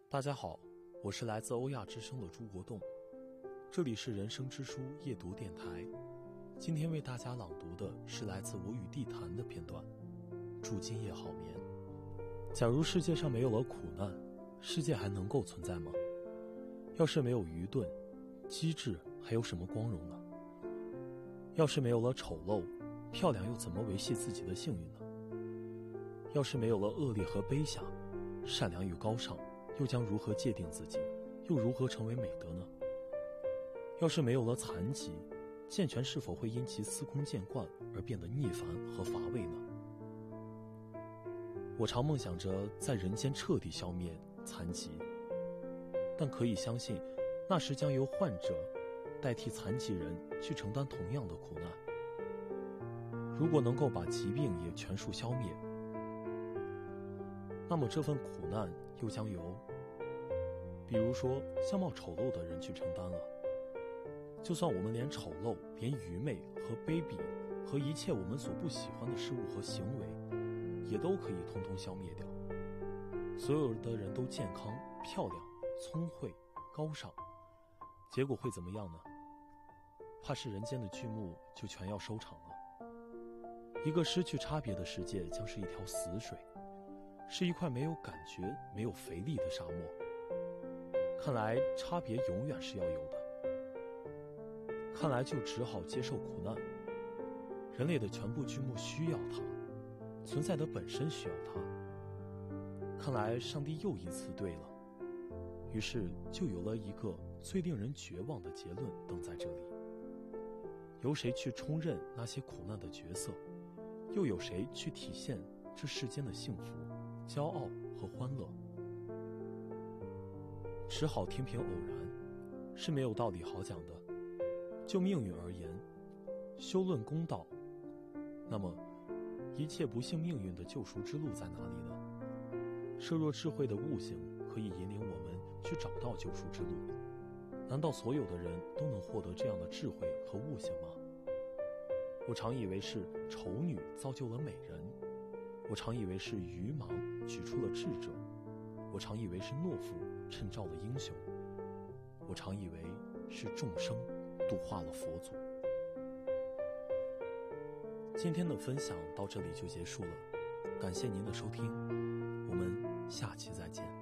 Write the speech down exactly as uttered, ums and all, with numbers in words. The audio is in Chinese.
大家好，我是来自欧亚之声的朱国栋，这里是人生之书夜读电台。今天为大家朗读的是来自我与地坛的片段，祝今夜好眠。假如世界上没有了苦难，世界还能够存在吗？要是没有愚钝、机智，还有什么光荣呢？要是没有了丑陋，漂亮又怎么维系自己的幸运呢？要是没有了恶劣和卑下，善良与高尚又将如何界定自己，又如何成为美德呢？要是没有了残疾，健全是否会因其司空见惯而变得腻烦和乏味呢？我常梦想着在人间彻底消灭残疾，但可以相信，那时将由患者代替残疾人去承担同样的苦难。如果能够把疾病也全数消灭，那么这份苦难又将由，比如说相貌丑陋的人去承担了。就算我们连丑陋、连愚昧和卑鄙和一切我们所不喜欢的事物和行为，也都可以通通消灭掉。所有的人都健康、漂亮、聪慧、高尚，结果会怎么样呢？怕是人间的剧目就全要收场了。一个失去差别的世界将是一条死水，是一块没有感觉、没有肥力的沙漠。看来差别永远是要有的，看来就只好接受苦难。人类的全部剧目需要它，存在的本身需要它。看来上帝又一次对了，于是就有了一个最令人绝望的结论等在这里。由谁去充任那些苦难的角色，又有谁去体现这世间的幸福、骄傲和欢乐？只好天平偶然，是没有道理好讲的。就命运而言，休论公道，那么一切不幸命运的救赎之路在哪里呢？设若智慧的悟性可以引领我们去找到救赎之路，难道所有的人都能获得这样的智慧和悟性吗？我常以为是丑女造就了美人，我常以为是愚盲举出了智者，我常以为是懦夫衬照了英雄，我常以为是众生度化了佛祖。今天的分享到这里就结束了，感谢您的收听，我们下期再见。